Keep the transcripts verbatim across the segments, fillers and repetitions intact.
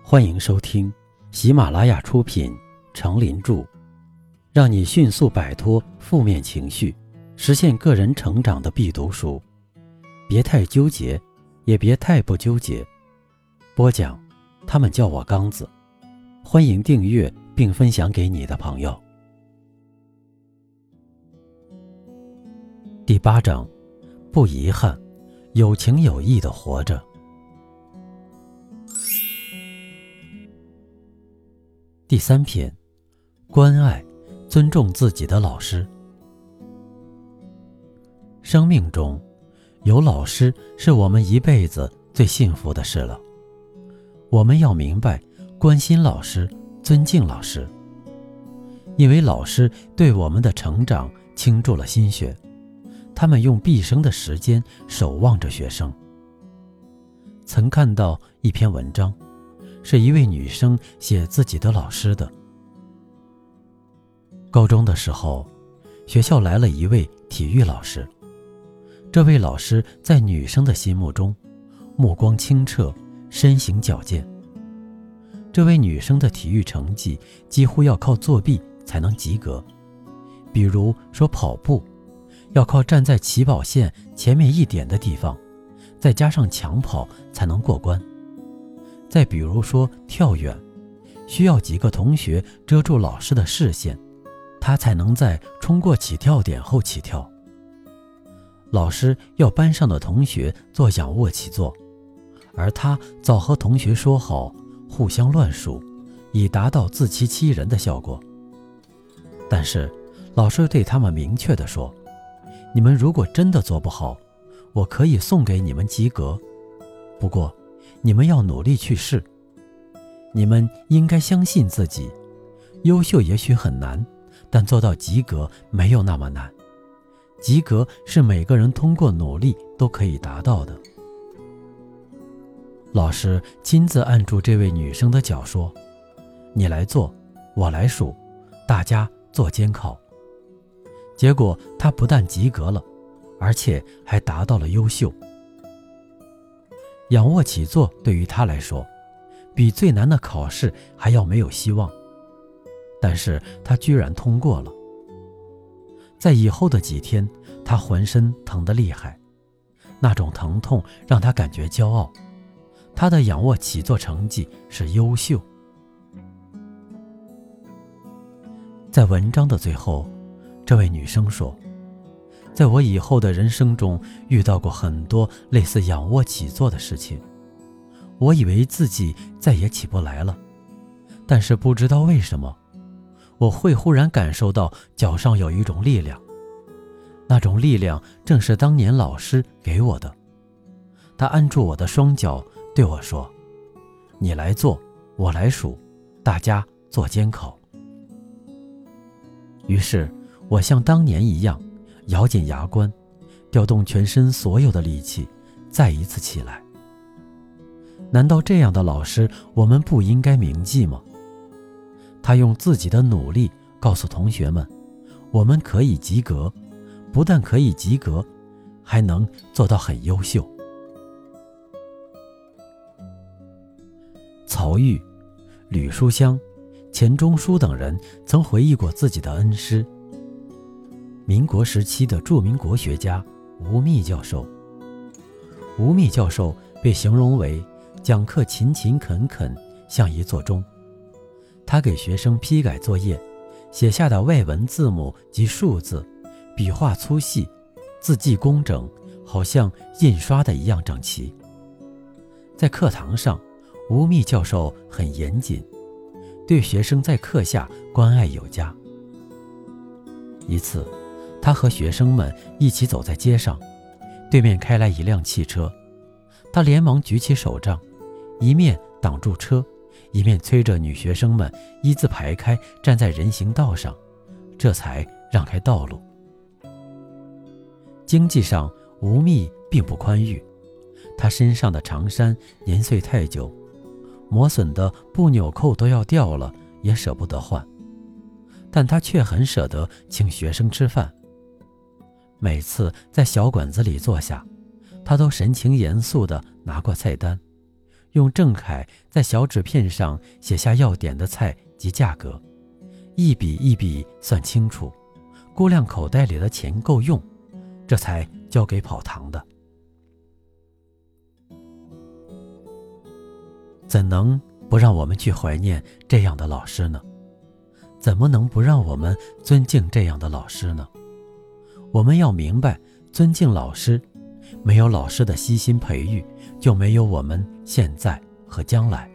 欢迎收听喜马拉雅出品程林著，让你迅速摆脱负面情绪，实现个人成长的必读书。别太纠结，也别太不纠结。播讲，他们叫我刚子。欢迎订阅并分享给你的朋友。第八章，不遗憾，有情有义地活着。第三篇，关爱，尊重自己的老师。生命中，有老师是我们一辈子最幸福的事了。我们要明白，关心老师，尊敬老师，因为老师对我们的成长倾注了心血，他们用毕生的时间守望着学生。曾看到一篇文章，是一位女生写自己的老师的。高中的时候，学校来了一位体育老师。这位老师在女生的心目中，目光清澈，身形矫健。这位女生的体育成绩几乎要靠作弊才能及格，比如说跑步，要靠站在起跑线前面一点的地方，再加上抢跑才能过关。再比如说跳远，需要几个同学遮住老师的视线，他才能在冲过起跳点后起跳。老师要班上的同学做仰卧起坐，而他早和同学说好互相乱数，以达到自欺欺人的效果。但是老师对他们明确地说，你们如果真的做不好，我可以送给你们及格，不过你们要努力去试。你们应该相信自己，优秀也许很难，但做到及格没有那么难。及格是每个人通过努力都可以达到的。老师亲自按住这位女生的脚说，你来做，我来数，大家做监考。结果她不但及格了，而且还达到了优秀。仰卧起坐对于他来说，比最难的考试还要没有希望，但是他居然通过了。在以后的几天，他浑身疼得厉害，那种疼痛让他感觉骄傲。他的仰卧起坐成绩是优秀。在文章的最后，这位女生说，在我以后的人生中遇到过很多类似仰卧起坐的事情，我以为自己再也起不来了，但是不知道为什么，我会忽然感受到脚上有一种力量，那种力量正是当年老师给我的。他按住我的双脚对我说，你来做，我来数，大家做监考。于是我像当年一样咬紧牙关，调动全身所有的力气，再一次起来。难道这样的老师我们不应该铭记吗？他用自己的努力告诉同学们，我们可以及格，不但可以及格，还能做到很优秀。曹禺、吕书香、钱钟书等人曾回忆过自己的恩师，民国时期的著名国学家吴宓教授。吴宓教授被形容为讲课勤勤恳恳，像一座钟。他给学生批改作业，写下的外文字母及数字，笔画粗细，字迹工整，好像印刷的一样整齐。在课堂上，吴宓教授很严谨，对学生在课下关爱有加。一次，他和学生们一起走在街上，对面开来一辆汽车，他连忙举起手杖，一面挡住车，一面催着女学生们一字排开站在人行道上，这才让开道路。经济上，吴宓并不宽裕，他身上的长衫年岁太久，磨损的布纽扣都要掉了，也舍不得换，但他却很舍得请学生吃饭。每次在小馆子里坐下，他都神情严肃地拿过菜单， 用正楷在小纸片上写下要点的菜及价格，一笔一笔算清楚，估量口袋里的钱够用，这才交给跑堂的。怎能不让我们去怀念这样的老师呢？怎么能不让我们尊敬这样的老师呢？我们要明白，尊敬老师，没有老师的悉心培育，就没有我们现在和将来。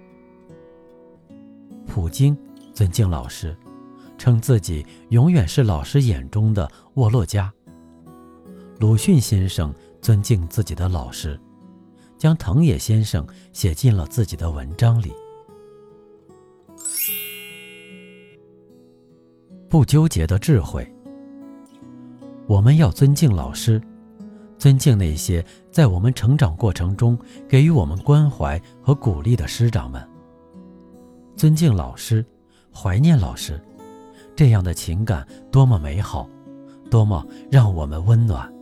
普京尊敬老师，称自己永远是老师眼中的沃洛加。鲁迅先生尊敬自己的老师，将藤野先生写进了自己的文章里。不纠结的智慧。我们要尊敬老师，尊敬那些在我们成长过程中给予我们关怀和鼓励的师长们。尊敬老师，怀念老师，这样的情感多么美好，多么让我们温暖。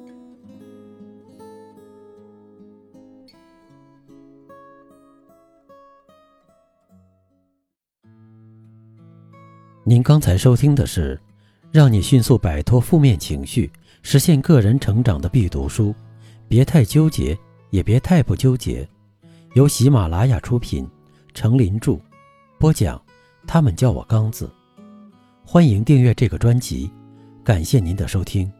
您刚才收听的是让你迅速摆脱负面情绪，实现个人成长的必读书，别太纠结，也别太不纠结，由喜马拉雅出品，程林著，播讲，他们叫我刚子。欢迎订阅这个专辑，感谢您的收听。